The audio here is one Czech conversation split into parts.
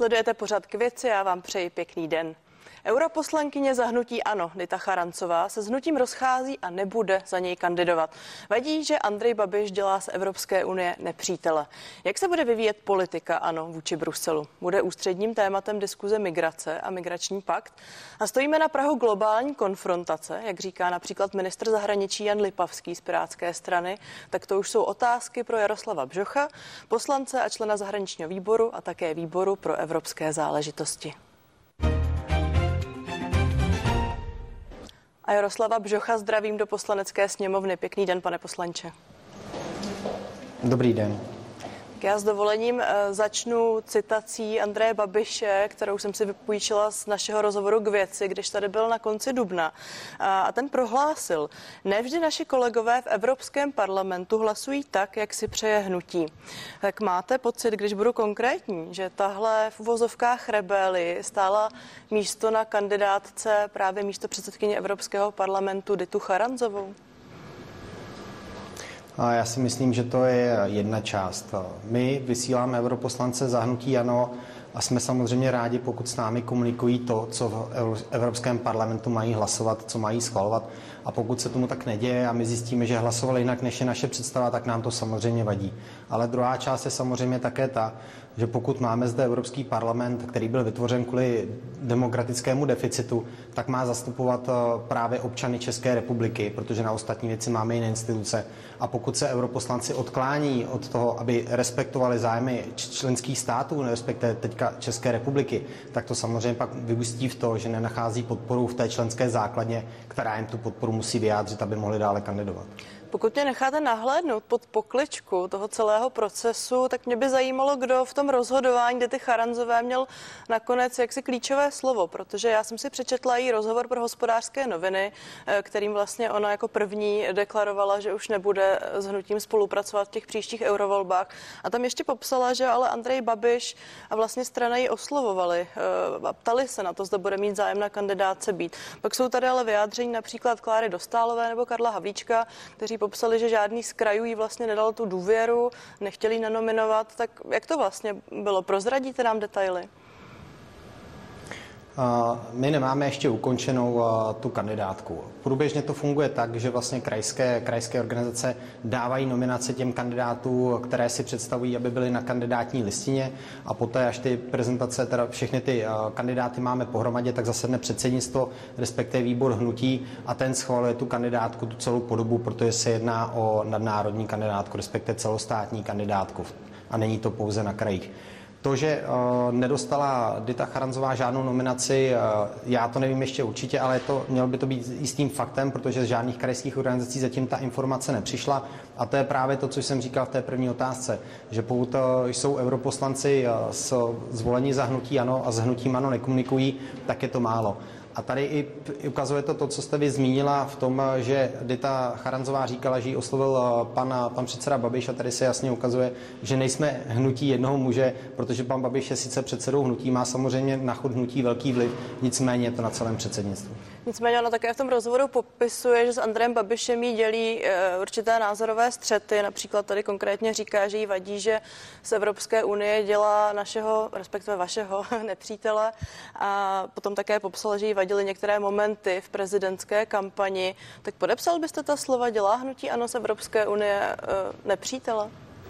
Sledujete pořad K věci, já vám přeji pěkný den. Europoslankyně za hnutí ANO Dita Charancová se s hnutím rozchází a nebude za něj kandidovat. Vadí, že Andrej Babiš dělá z Evropské unie nepřítele. Jak se bude vyvíjet politika ANO vůči Bruselu? Bude ústředním tématem diskuze migrace a migrační pakt? A stojíme na prahu globální konfrontace, jak říká například ministr zahraničí Jan Lipavský z Pirátské strany. Tak to už jsou otázky pro Jaroslava Bžocha, poslance a člena zahraničního výboru a také výboru pro evropské záležitosti. A Jaroslava Bžocha zdravím do Poslanecké sněmovny. Pěkný den, pane poslanče. Dobrý den. Já s dovolením začnu citací Andreje Babiše, kterou jsem si vypůjčila z našeho rozhovoru K věci, když tady byl na konci dubna. A ten prohlásil: nevždy naši kolegové v Evropském parlamentu hlasují tak, jak si přeje hnutí. Tak máte pocit, když budu konkrétní, že tahle v uvozovkách rebelii stála místo na kandidátce právě místo předsedkyně Evropského parlamentu Ditu Charanzovou? Já si myslím, že to je jedna část. My vysíláme europoslance za hnutí ANO a jsme samozřejmě rádi, pokud s námi komunikují to, co v Evropském parlamentu mají hlasovat, co mají schvalovat. A pokud se tomu tak neděje a my zjistíme, že hlasovali jinak, než je naše představa, tak nám to samozřejmě vadí. Ale druhá část je samozřejmě také ta, že pokud máme zde Evropský parlament, který byl vytvořen kvůli demokratickému deficitu, tak má zastupovat právě občany České republiky, protože na ostatní věci máme jiné instituce. A pokud se europoslanci odklání od toho, aby respektovali zájmy členských států, respektive teďka České republiky, tak to samozřejmě pak vyústí v to, že nenachází podporu v té členské základně, která jim tu podporu musí vyjádřit, aby mohli dále kandidovat. Pokud mě necháte nahlédnout pod pokličku toho celého procesu, tak mě by zajímalo, kdo v tom rozhodování Dity Charanzové měl nakonec jaksi klíčové slovo, protože já jsem si přečetla její rozhovor pro Hospodářské noviny, kterým vlastně ona jako první deklarovala, že už nebude s hnutím spolupracovat v těch příštích eurovolbách. A tam ještě popsala, že ale Andrej Babiš a vlastně strana ji oslovovali a ptali se na to, zda bude mít zájem na kandidátce být. Pak jsou tady ale vyjádření například Kláry Dostálové nebo Karla Havlíčka, kteří popsali, že žádný z krajů jí vlastně nedal tu důvěru, nechtěli ji nenominovat. Tak jak to vlastně bylo? Prozradíte nám detaily? My nemáme ještě ukončenou tu kandidátku. Průběžně to funguje tak, že vlastně krajské organizace dávají nominace těm kandidátům, které si představují, aby byly na kandidátní listině, a poté, až ty prezentace, teda všechny ty kandidáty máme pohromadě, tak zasedne předsednictvo, respektive výbor hnutí, a ten schvaluje tu kandidátku, tu celou podobu, protože se jedná o nadnárodní kandidátku, respektive celostátní kandidátku, a není to pouze na krajích. To, že nedostala Dita Charanzová žádnou nominaci, já to nevím ještě určitě, ale mělo by to být jistým faktem, protože z žádných krajských organizací zatím ta informace nepřišla. A to je právě to, co jsem říkal v té první otázce, že pokud jsou europoslanci zvoleni za hnutí ANO a s hnutím ANO nekomunikují, tak je to málo. A tady i ukazuje to, co jste vy zmínila v tom, že Dita Charanzová říkala, že ji oslovil pan předseda Babiš, a tady se jasně ukazuje, že nejsme hnutí jednoho muže, protože pan Babiš je sice předsedou hnutí, má samozřejmě na chod hnutí velký vliv, nicméně je to na celém předsednictvu. Nicméně ona také v tom rozhovoru popisuje, že s Andrejem Babišem jí dělí určité názorové střety. Například tady konkrétně říká, že jí vadí, že z Evropské unie dělá našeho, respektive vašeho nepřítele. A potom také popsala, že jí vadily některé momenty v prezidentské kampani. Tak podepsal byste ta slova: dělá hnutí ANO z Evropské unie nepřítele?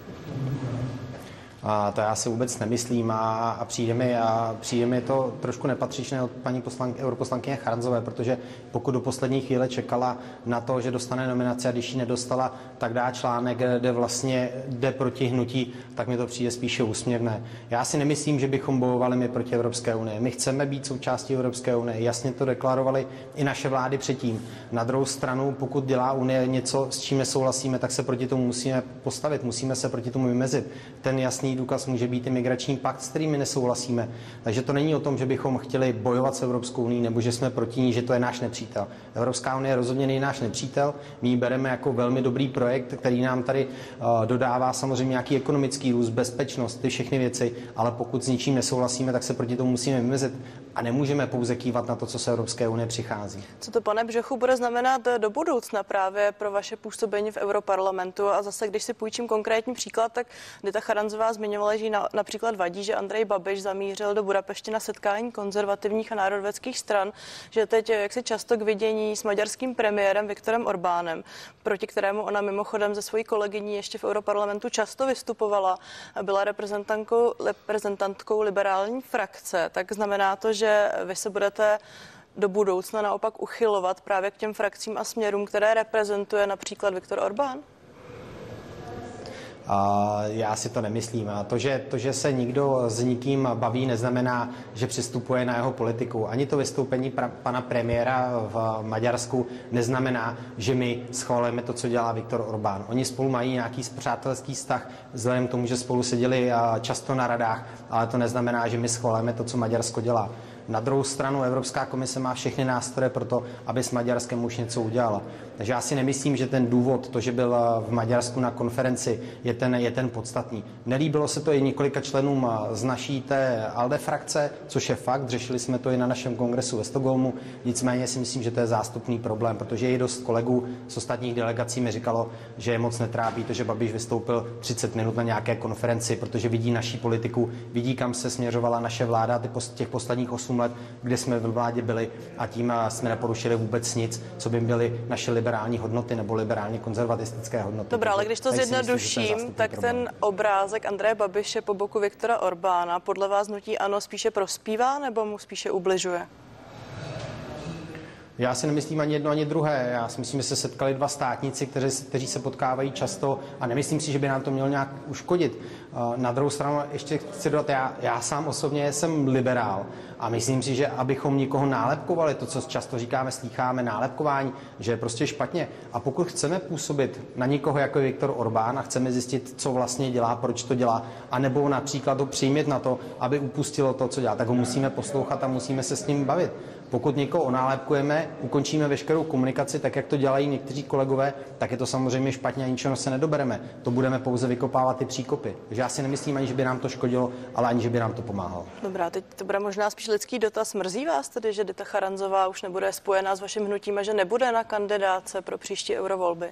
To já si vůbec nemyslím a přijde mi to trošku nepatřičné od paní europoslankyně Charanzové, protože pokud do poslední chvíle čekala na to, že dostane nominaci, a když ji nedostala, tak dá článek, kde vlastně jde proti hnutí, tak mi to přijde spíše úsměvné. Já si nemyslím, že bychom bojovali my proti Evropské unii. My chceme být součástí Evropské unie. Jasně to deklarovali i naše vlády předtím. Na druhou stranu, pokud dělá Unie něco, s čím nesouhlasíme, tak se proti tomu musíme postavit, musíme se proti tomu vymezit. Ten jasný důkaz může být i migrační pakt, s kterými nesouhlasíme. Takže to není o tom, že bychom chtěli bojovat s Evropskou unií nebo že jsme proti ní, že to je náš nepřítel. Evropská unie rozhodně není náš nepřítel. My ji bereme jako velmi dobrý projekt, který nám tady dodává samozřejmě nějaký ekonomický růst, bezpečnost, ty všechny věci, ale pokud s ničím nesouhlasíme, tak se proti tomu musíme vymezit a nemůžeme pouze kývat na to, co z Evropské unie přichází. Co to, pane Bžochu, bude znamenat do budoucna právě pro vaše působení v Europarlamentu? A zase, když si půjčím konkrétní příklad, tak Dita Charanzová zmiňovala, že jí například vadí, že Andrej Babiš zamířil do Budapešti na setkání konzervativních a národovských stran, že teď jaksi často k vidění s maďarským premiérem Viktorem Orbánem, proti kterému ona mimochodem ze svojí kolegyní ještě v Europarlamentu často vystupovala, byla reprezentantkou liberální frakce. Tak znamená to, že vy se budete do budoucna naopak uchylovat právě k těm frakcím a směrům, které reprezentuje například Viktor Orbán? Já si to nemyslím. A to, že se nikdo s nikým baví, neznamená, že přistupuje na jeho politiku. Ani to vystoupení pana premiéra v Maďarsku neznamená, že my schvalujeme to, co dělá Viktor Orbán. Oni spolu mají nějaký přátelský vztah, vzhledem k tomu, že spolu seděli často na radách, ale to neznamená, že my schvalujeme to, co Maďarsko dělá. Na druhou stranu Evropská komise má všechny nástroje pro to, aby s Maďarskem už něco udělala. Takže já si nemyslím, že ten důvod, to, že byl v Maďarsku na konferenci, je ten podstatný. Nelíbilo se to i několika členům z naší té ALDE frakce, což je fakt, řešili jsme to i na našem kongresu ve Stockholmu, nicméně si myslím, že to je zástupný problém, protože i dost kolegů z ostatních delegací mi říkalo, že je moc netrápí to, že Babiš vystoupil 30 minut na nějaké konferenci, protože vidí naší politiku, vidí, kam se směřovala naše vláda těch posledních 8 let, kde jsme ve vládě byli a tím jsme neporušili vůbec nic, co by byly naše liberální hodnoty nebo liberálně konzervatistické hodnoty. Dobrá, ale když to zjednoduším, tak ten obrázek Andreje Babiše po boku Viktora Orbána podle vás hnutí ANO spíše prospívá nebo mu spíše ubližuje? Já si nemyslím ani jedno, ani druhé. Já si myslím, že se setkali dva státníci, kteří se potkávají často a nemyslím si, že by nám to mělo nějak uškodit. Na druhou stranu ještě chci dodat, já sám osobně jsem liberál a myslím si, že abychom nikoho nálepkovali, to, co často říkáme, slýcháme, nálepkování, že je prostě špatně. A pokud chceme působit na někoho jako je Viktor Orbán a chceme zjistit, co vlastně dělá, proč to dělá, anebo například ho přijímat na to, aby upustilo to, co dělá, tak ho musíme poslouchat a musíme se s ním bavit. Pokud někoho onálepkujeme, ukončíme veškerou komunikaci, tak jak to dělají někteří kolegové, tak je to samozřejmě špatně a ničeho se nedobereme. To budeme pouze vykopávat ty příkopy. Takže já si nemyslím ani, že by nám to škodilo, ale ani, že by nám to pomáhalo. Dobrá, teď to bude možná spíš lidský dotaz. Mrzí vás tedy, že Dita Charanzová už nebude spojená s vaším hnutím a že nebude na kandidáce pro příští eurovolby?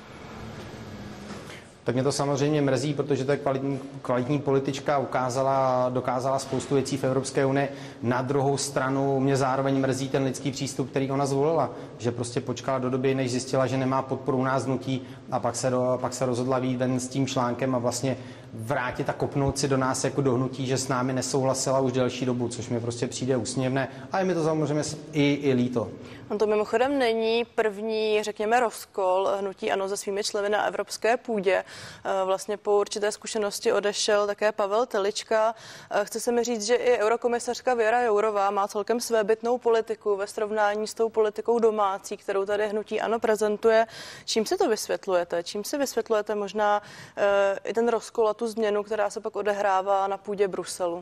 Tak mě to samozřejmě mrzí, protože to je kvalitní politička, dokázala spoustu věcí v Evropské unii. Na druhou stranu mě zároveň mrzí ten lidský přístup, který ona zvolila, že prostě počkala do doby, než zjistila, že nemá podporu u nás hnutí a pak se rozhodla vyjít ven s tím článkem a vlastně vrátit a kopnout si do nás jako do hnutí, že s námi nesouhlasila už delší dobu, což mi prostě přijde úsměvné a je mi to samozřejmě i líto. On to mimochodem není první, řekněme, rozkol hnutí ANO se svými členy na evropské půdě. Vlastně po určité zkušenosti odešel také Pavel Telička. Chce se mi říct, že i eurokomisařka Věra Jourová má celkem svébytnou politiku ve srovnání s tou politikou domácí, kterou tady hnutí ANO prezentuje. Čím si to vysvětlujete? Čím si vysvětlujete možná i ten rozkol a tu změnu, která se pak odehrává na půdě Bruselu?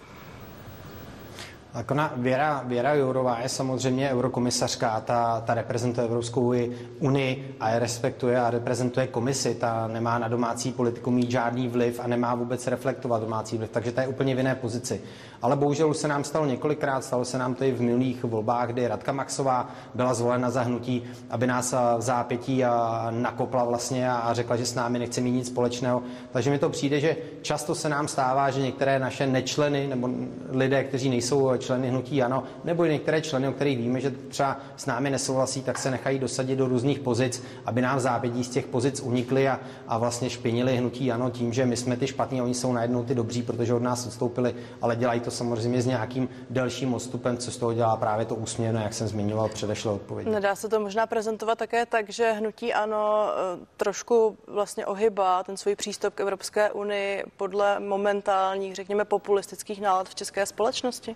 Věra Jourová je samozřejmě eurokomisařka, ta reprezentuje Evropskou unii a je respektuje a reprezentuje komisi. Ta nemá na domácí politiku mít žádný vliv a nemá vůbec reflektovat domácí vliv, takže ta je úplně v jiné pozici. Ale bohužel už se nám stalo několikrát, stalo se nám to i v minulých volbách, kdy Radka Maxová byla zvolena za hnutí, aby nás v zápětí nakopla vlastně a řekla, že s námi nechce mít nic společného. Takže mi to přijde, že často se nám stává, že některé naše nečleny nebo lidé, kteří nejsou členy hnutí ANO, nebo i některé členy, o kterých víme, že třeba s námi nesouhlasí, tak se nechají dosadit do různých pozic, aby nám v zápětí z těch pozic unikli a vlastně špinili hnutí ANO tím, že my jsme ty špatní a oni jsou najednou ty dobří, protože od nás odstoupili, ale dělají to samozřejmě s nějakým delším odstupem, co z toho dělá právě to úsměvné, jak jsem zmiňoval předešlé odpovědi. Nedá se to možná prezentovat také tak, že hnutí ANO trošku vlastně ohybá ten svůj přístup k Evropské unii podle momentálních, řekněme, populistických nálad v české společnosti?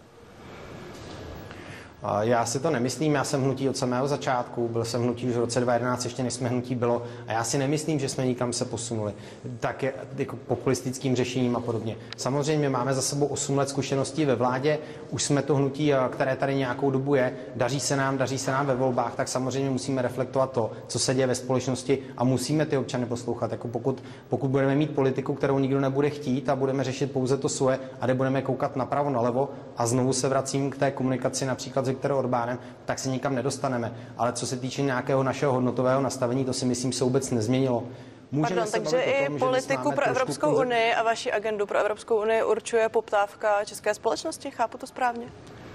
Já si to nemyslím, já jsem hnutí od samého začátku, byl jsem hnutí už v roce 2011, ještě než jsme hnutí bylo a já si nemyslím, že jsme nikam se posunuli, tak jako populistickým řešením a podobně. Samozřejmě máme za sebou 8 let zkušeností ve vládě, už jsme to hnutí, které tady nějakou dobu je, daří se nám ve volbách, tak samozřejmě musíme reflektovat to, co se děje ve společnosti a musíme ty občany poslouchat. Jako pokud budeme mít politiku, kterou nikdo nebude chtít a budeme řešit pouze to svoje a kde budeme koukat napravo, nalevo a znovu se vracím k té komunikaci například s Viktorem Orbánem, tak se nikam nedostaneme. Ale co se týče nějakého našeho hodnotového nastavení, to si myslím se vůbec nezměnilo. Pardon, takže i politiku pro Evropskou unii a vaši agendu pro Evropskou unii určuje poptávka české společnosti, chápu to správně?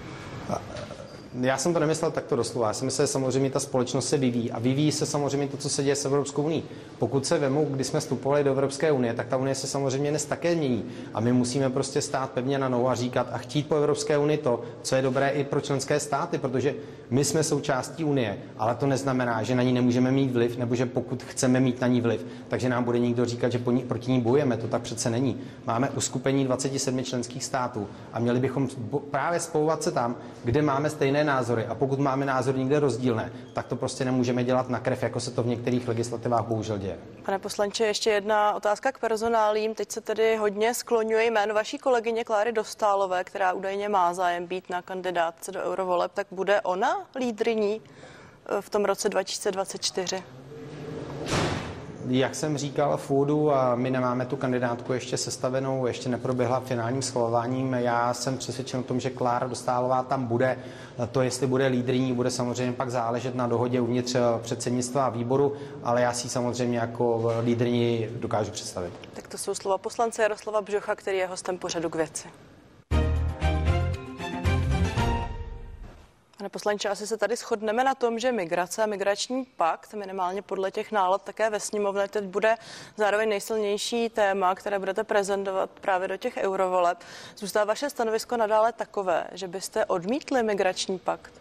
Já jsem to nemyslel takto doslova. Já jsem myslel, že samozřejmě ta společnost se vyvíjí a vyvíjí se samozřejmě to, co se děje s Evropskou unii. Pokud se vemou, když jsme vstupovali do Evropské unie, tak ta unie se samozřejmě dnes také mění a my musíme prostě stát pevně na nohou a říkat a chtít po Evropské unii to, co je dobré i pro členské státy, protože my jsme součástí unie, ale to neznamená, že na ní nemůžeme mít vliv, nebo že pokud chceme mít na ní vliv, takže nám bude někdo říkat, že proti ní bojujeme. To tak přece není. Máme uskupení 27 členských států a měli bychom právě spojovat se tam, kde máme stejné názory. A pokud máme názory někde rozdílné, tak to prostě nemůžeme dělat na krev, jako se to v některých legislativách bohužel děje. Pane poslanče, ještě jedna otázka k personálím. Teď se tedy hodně skloňuje jméno vaší kolegyně Kláry Dostálové, která údajně má zájem být na kandidátce do eurovoleb. Tak bude ona lídryní v tom roce 2024? Jak jsem říkal v úvodu, my nemáme tu kandidátku ještě sestavenou, ještě neproběhla finálním schvalováním. Já jsem přesvědčen o tom, že Klára Dostálová tam bude. To, jestli bude lídryní, bude samozřejmě pak záležet na dohodě uvnitř předsednictva a výboru, ale já si samozřejmě jako lídryní dokážu představit. Tak to jsou slova poslance Jaroslava Bžocha, který je hostem pořadu K věci. Pane poslanče, asi se tady shodneme na tom, že migrace a migrační pakt, minimálně podle těch nálad také ve sněmovně, teď bude zároveň nejsilnější téma, které budete prezentovat právě do těch eurovoleb. Zůstává vaše stanovisko nadále takové, že byste odmítli migrační pakt?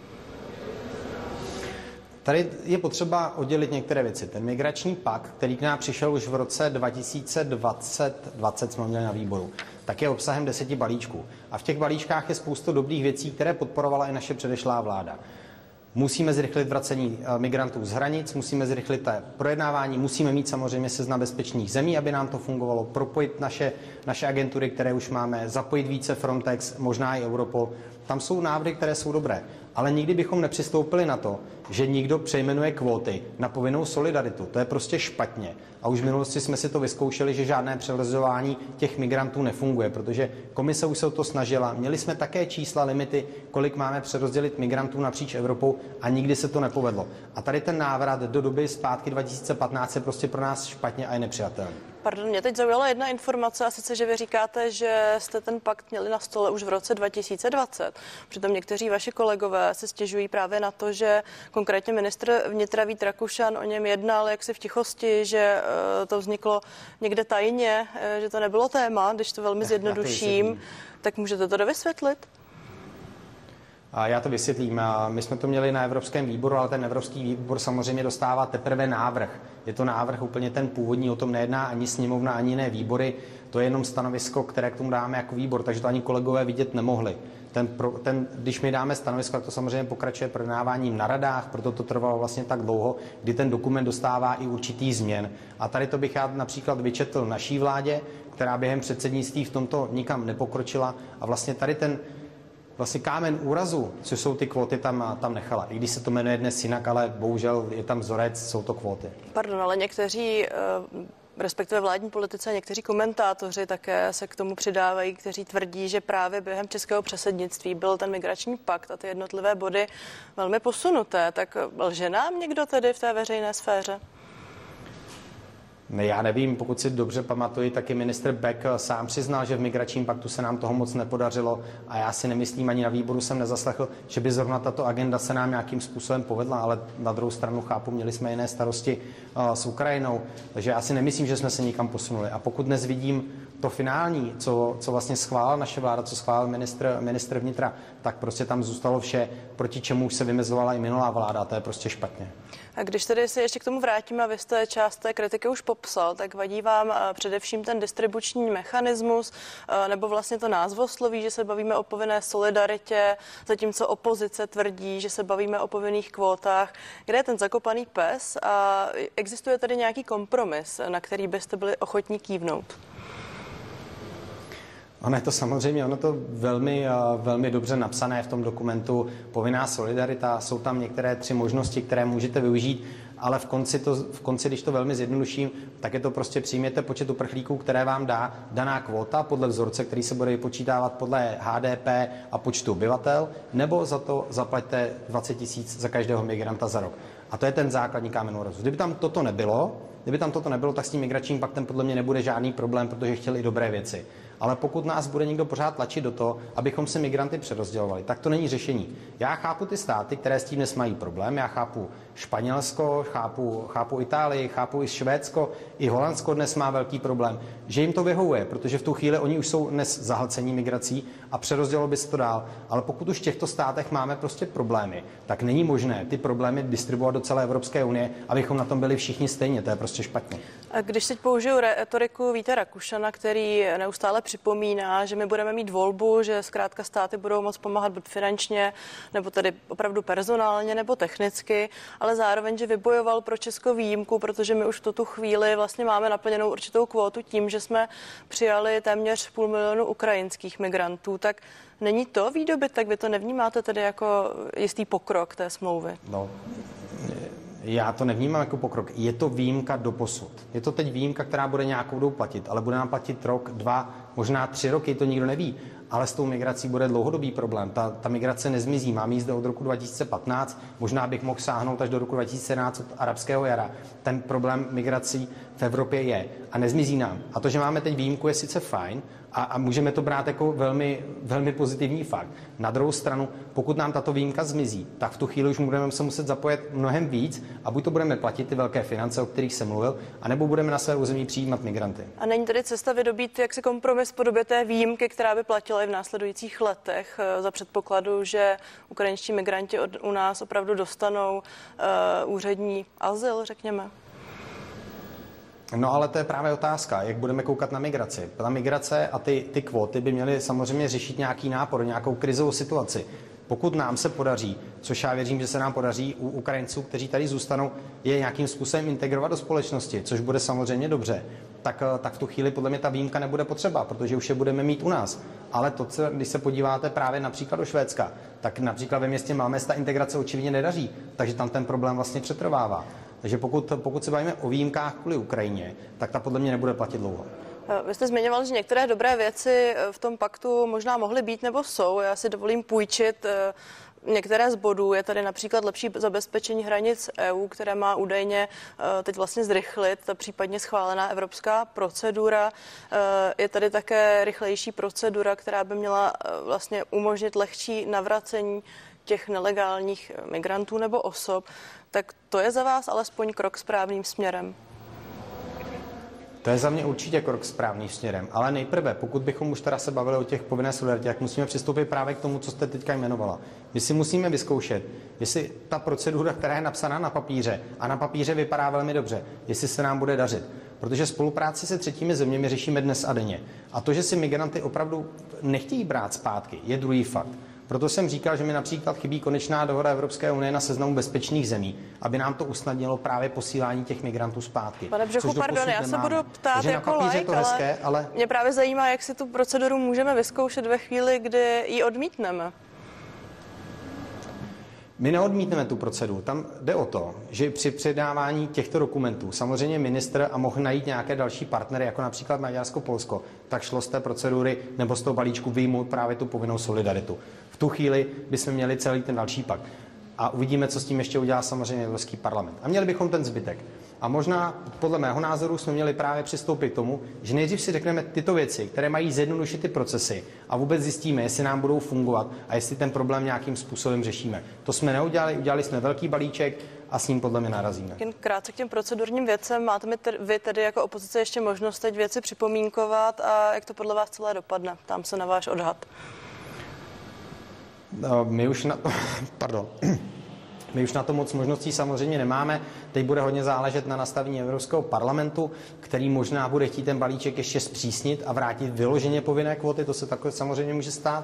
Tady je potřeba oddělit některé věci. Ten migrační pakt, který k nám přišel už v roce 2020 jsme měli na výboru, tak je obsahem 10 balíčků. A v těch balíčkách je spoustu dobrých věcí, které podporovala i naše předešlá vláda. Musíme zrychlit vracení migrantů z hranic, musíme zrychlit projednávání, musíme mít samozřejmě seznam bezpečných zemí, aby nám to fungovalo, propojit naše agentury, které už máme, zapojit více Frontex, možná i Europol. Tam jsou návrhy, které jsou dobré. Ale nikdy bychom nepřistoupili na to, že někdo přejmenuje kvóty na povinnou solidaritu. To je prostě špatně. A už v minulosti jsme si to vyzkoušeli, že žádné přerozdělování těch migrantů nefunguje, protože komise už se o to snažila. Měli jsme také čísla, limity, kolik máme přerozdělit migrantů napříč Evropou a nikdy se to nepovedlo. A tady ten návrat do doby zpátky 2015 je prostě pro nás špatně a je nepřijatelný. Pardon, mě teď zaujala jedna informace, a sice, že vy říkáte, že jste ten pakt měli na stole už v roce 2020. Přitom někteří vaši kolegové se stěžují právě na to, že konkrétně ministr vnitra Vít Rakušan o něm jednal jaksi v tichosti, že to vzniklo někde tajně, že to nebylo téma, když to velmi zjednoduším. Tak můžete to dovysvětlit? A já to vysvětlím. My jsme to měli na Evropském výboru, ale ten Evropský výbor samozřejmě dostává teprve návrh. Je to návrh úplně ten původní, o tom nejedná ani sněmovna, ani jiné výbory. To je jenom stanovisko, které k tomu dáme jako výbor, takže to ani kolegové vidět nemohli. Když my dáme stanovisko, tak to samozřejmě pokračuje projednáváním na radách, proto to trvalo vlastně tak dlouho, kdy ten dokument dostává i určitý změn. A tady to bych já například vyčetl naší vládě, která během předsednictví v tomto nikam nepokročila a vlastně tady ten kámen úrazu, co jsou ty kvóty, tam nechala. I když se to jmenuje dnes jinak, ale bohužel je tam vzorec, jsou to kvóty. Pardon, ale někteří, respektive vládní politici a někteří komentátoři také se k tomu přidávají, kteří tvrdí, že právě během českého předsednictví byl ten migrační pakt a ty jednotlivé body velmi posunuté. Tak lže nám někdo tedy v té veřejné sféře? Já nevím, pokud si dobře pamatuji, taky ministr Beck sám přiznal, že v migračním paktu se nám toho moc nepodařilo a já si nemyslím, ani na výboru jsem nezaslechl, že by zrovna tato agenda se nám nějakým způsobem povedla, ale na druhou stranu chápu, měli jsme jiné starosti s Ukrajinou, takže já si nemyslím, že jsme se nikam posunuli. A pokud dnes vidím to finální, co vlastně schválila naše vláda, co schválil ministr vnitra, tak prostě tam zůstalo vše, proti čemu už se vymezovala i minulá vláda, a to je prostě špatně. A když tedy si ještě k tomu vrátíme, a vy jste část té kritiky už popsal, tak vadí vám především ten distribuční mechanismus nebo vlastně to názvosloví, že se bavíme o povinné solidaritě, zatímco opozice tvrdí, že se bavíme o povinných kvótách. Kde je ten zakopaný pes a existuje tady nějaký kompromis, na který byste byli ochotní kývnout? Ono je to samozřejmě, velmi dobře napsané v tom dokumentu. Povinná solidarita, jsou tam některé 3 možnosti, které můžete využít, ale v konci, když to velmi zjednoduším, tak je to prostě přijměte počet uprchlíků, které vám dá daná kvóta podle vzorce, který se bude vypočítávat podle HDP a počtu obyvatel, nebo za to zaplaťte 20 000 za každého migranta za rok. A to je ten základní kámen úrazu. Kdyby tam toto nebylo, tak s tím migračním paktem podle mě nebude žádný problém, protože chtěli i dobré věci. Ale pokud nás bude někdo pořád tlačit do toho, abychom si migranty přerozdělovali, tak to není řešení. Já chápu ty státy, které s tím dnes mají problém. Já chápu Španělsko, chápu Itálii, chápu i Švédsko, i Holandsko dnes má velký problém, že jim to vyhovuje, protože v tu chvíli oni už jsou dnes zahlcení migrací a přerozdělo by se to dál. Ale pokud už v těchto státech máme prostě problémy, tak není možné ty problémy distribuovat do celé Evropské unie, abychom na tom byli všichni stejně. To je prostě špatně. A když teď použiju retoriku Víta Rakušana, který neustále připomíná, že my budeme mít volbu, že zkrátka státy budou moct pomáhat buď finančně, nebo tedy opravdu personálně, nebo technicky, ale zároveň, že vybojoval pro Česko výjimku, protože my už v tu chvíli vlastně máme naplněnou určitou kvótu tím, že jsme přijali téměř 500 000 ukrajinských migrantů, tak není to výdobytek? Vy to nevnímáte tedy jako jistý pokrok té smlouvy? No. Já to nevnímám jako pokrok. Je to výjimka doposud. Je to teď výjimka, která bude nějakou dobu platit, ale bude nám platit rok, 2, možná 3 roky, to nikdo neví. Ale s tou migrací bude dlouhodobý problém. Ta migrace nezmizí. Mám jí zde od roku 2015, možná bych mohl sáhnout až do roku 2017 od arabského jara. Ten problém migrací v Evropě je a nezmizí nám. A to, že máme teď výjimku, je sice fajn, a můžeme to brát jako velmi, velmi pozitivní fakt. Na druhou stranu, pokud nám tato výjimka zmizí, tak v tu chvíli už budeme se muset zapojit mnohem víc a buď to budeme platit ty velké finance, o kterých jsem mluvil, anebo budeme na své území přijímat migranty. A není tedy cesta vydobít jaksi kompromis v podobě té výjimky, která by platila i v následujících letech za předpokladu, že ukrajinští migranti u nás opravdu dostanou úřední azyl, řekněme? No ale to je právě otázka, jak budeme koukat na migraci. Ta migrace a ty kvóty by měly samozřejmě řešit nějaký nápor, nějakou krizovou situaci. Pokud nám se podaří, což já věřím, že se nám podaří u Ukrajinců, kteří tady zůstanou, je nějakým způsobem integrovat do společnosti, což bude samozřejmě dobře, tak v tu chvíli podle mě ta výjimka nebude potřeba, protože už je budeme mít u nás. Ale když se podíváte právě například do Švédska, tak například ve městě Malmö ta integrace očividně nedaří, takže tam ten problém vlastně přetrvává. Takže pokud se bavíme o výjimkách kvůli Ukrajině, tak ta podle mě nebude platit dlouho. Vy jste zmiňoval, že některé dobré věci v tom paktu možná mohly být nebo jsou. Já si dovolím půjčit některé z bodů. Je tady například lepší zabezpečení hranic EU, které má údajně teď vlastně zrychlit ta případně schválená evropská procedura. Je tady také rychlejší procedura, která by měla vlastně umožnit lehčí navracení těch nelegálních migrantů nebo osob. Tak to je za vás alespoň krok správným směrem? To je za mě určitě krok správným směrem, ale nejprve, pokud bychom už teda se bavili o těch povinné solidaritě, tak musíme přistoupit právě k tomu, co jste teďka jmenovala. My si musíme vyzkoušet, jestli ta procedura, která je napsaná na papíře a na papíře vypadá velmi dobře, jestli se nám bude dařit. Protože spolupráci se třetími zeměmi řešíme dnes a denně. A to, že si migranty opravdu nechtějí brát zpátky, je druhý fakt. Proto jsem říkal, že mi například chybí konečná dohoda Evropské unie na seznamu bezpečných zemí, aby nám to usnadnilo právě posílání těch migrantů zpátky. Pane Břechu, pardon, já se budu ptát takže jako laik, ale mě právě zajímá, jak si tu proceduru můžeme vyzkoušet ve chvíli, kdy ji odmítneme. My neodmítneme tu proceduru. Tam jde o to, že při předávání těchto dokumentů samozřejmě ministr a mohl najít nějaké další partnery, jako například Maďarsko, Polsko, tak šlo z té procedury nebo z toho balíčku vyjmout právě tu povinnou solidaritu. V tu chvíli bychom měli celý ten další pakt. A uvidíme, co s tím ještě udělá samozřejmě Evropský parlament. A měli bychom ten zbytek. A možná, podle mého názoru, jsme měli právě přistoupit k tomu, že nejdřív si řekneme tyto věci, které mají zjednodušit ty procesy a vůbec zjistíme, jestli nám budou fungovat a jestli ten problém nějakým způsobem řešíme. To jsme neudělali, udělali jsme velký balíček a s ním podle mě narazíme. Jen krátce k těm procedurním věcem. Máte vy tedy jako opozice ještě možnost teď věci připomínkovat a jak to podle vás celé dopadne? Ptám se na váš odhad. My už na to moc možností samozřejmě nemáme. Teď bude hodně záležet na nastavení Evropského parlamentu, který možná bude chtít ten balíček ještě zpřísnit a vrátit vyloženě povinné kvóty. To se takhle samozřejmě může stát.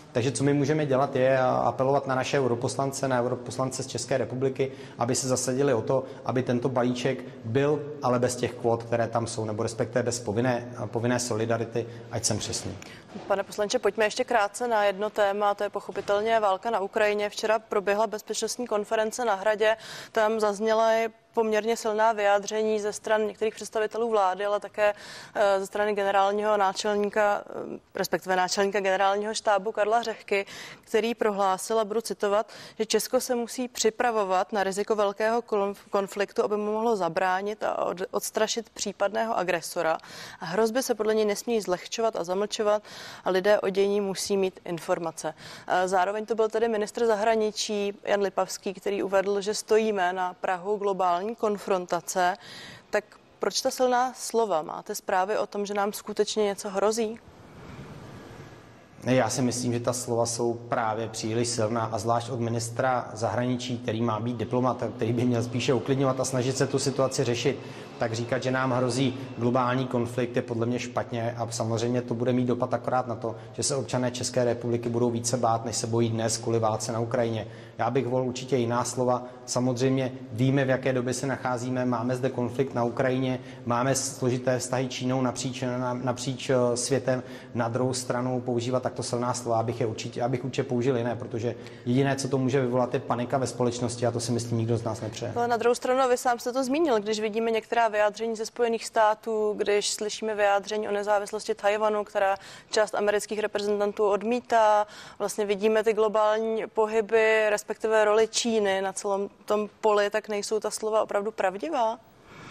Takže co my můžeme dělat, je apelovat na naše europoslance, na europoslance z České republiky, aby se zasadili o to, aby tento balíček byl, ale bez těch kvót, které tam jsou, nebo respektive bez povinné solidarity, ať jsem přesný. Pane poslanče, pojďme ještě krátce na jedno téma, to je pochopitelně válka na Ukrajině. Včera proběhla bezpečnostní konference na Hradě, tam zazněla poměrně silná vyjádření ze stran některých představitelů vlády, ale také ze strany generálního náčelníka, respektive náčelníka generálního štábu Karla Řehky, který prohlásil, a budu citovat, že Česko se musí připravovat na riziko velkého konfliktu, aby mu mohlo zabránit a odstrašit případného agresora. A hrozby se podle něj nesmí zlehčovat a zamlčovat a lidé o dění musí mít informace. Zároveň to byl tedy ministr zahraničí Jan Lipavský, který uvedl, že stojíme na prahu globální konfrontace. Tak proč ta silná slova? Máte zprávy o tom, že nám skutečně něco hrozí? Já si myslím, že ta slova jsou právě příliš silná a zvlášť od ministra zahraničí, který má být diplomat, který by měl spíše uklidňovat a snažit se tu situaci řešit, tak říkat, že nám hrozí globální konflikt, je podle mě špatně a samozřejmě to bude mít dopad akorát na to, že se občané České republiky budou více bát, než se bojí dnes kvůli válce na Ukrajině. Já bych volil určitě jiná slova. Samozřejmě víme, v jaké době se nacházíme, máme zde konflikt na Ukrajině, máme složité vztahy Čínou napříč světem. Na druhou stranu používat takto silná slova, abych určitě použil jiné, protože jediné, co to může vyvolat, je panika ve společnosti a to si myslím nikdo z nás nepřeje. Ale na druhou stranu, vy sám jste to zmínil, když vidíme některá vyjádření ze Spojených států, když slyšíme vyjádření o nezávislosti Tchaj-wanu, která část amerických reprezentantů odmítá, vlastně vidíme ty globální pohyby, respektive roli Číny na celém tom poli, tak nejsou ta slova opravdu pravdivá?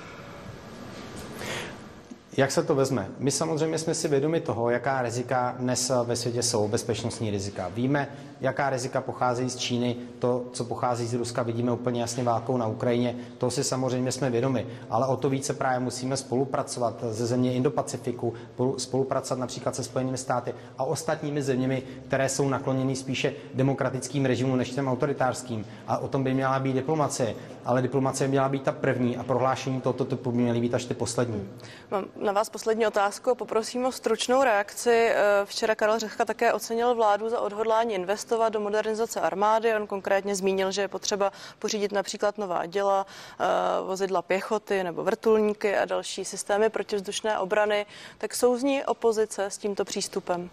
Jak se to vezme? My samozřejmě jsme si vědomi toho, jaká rizika dnes ve světě jsou, bezpečnostní rizika. Víme, jaká rizika pocházejí z Číny, to, co pochází z Ruska, vidíme úplně jasně válkou na Ukrajině, to si samozřejmě jsme vědomi, ale o to více právě musíme spolupracovat ze země Indo-Pacifiku, spolupracovat například se Spojenými státy a ostatními zeměmi, které jsou nakloněny spíše demokratickým režimům než těm autoritářským. A o tom by měla být diplomacie, ale diplomacie by měla být ta první a prohlášení tohoto typu by měly být až ty poslední. Mám na vás poslední otázku, poprosím o stručnou reakci. Včera Karel Řehka také ocenil vládu za odhodlání investovat do modernizace armády. On konkrétně zmínil, že je potřeba pořídit například nová děla, vozidla pěchoty nebo vrtulníky a další systémy protivzdušné obrany. Tak souzní opozice s tímto přístupem?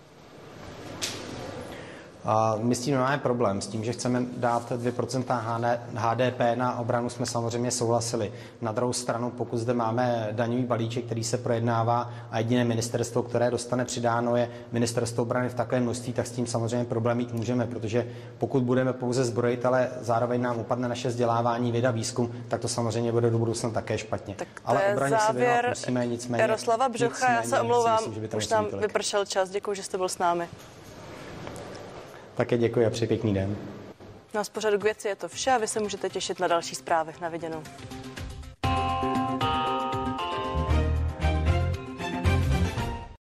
My s tím nemáme problém. S tím, že chceme dát 2% HDP na obranu, jsme samozřejmě souhlasili. Na druhou stranu, pokud zde máme daňový balíček, který se projednává a jediné ministerstvo, které dostane přidáno, je ministerstvo obrany v takovém množství, tak s tím samozřejmě problém mít můžeme, protože pokud budeme pouze zbrojit, ale zároveň nám upadne naše vzdělávání, věda, výzkum, tak to samozřejmě bude do budoucna také špatně. Ale obraně se věnovat musíme, nicméně. Jaroslava Bžocha, já se omlouvám, už nám vypršel čas. Děkuji, že jste byl s námi. Také děkuji a přeji pěkný den. Na pořadu K věci je to vše a vy se můžete těšit na další zprávy. Na viděnou.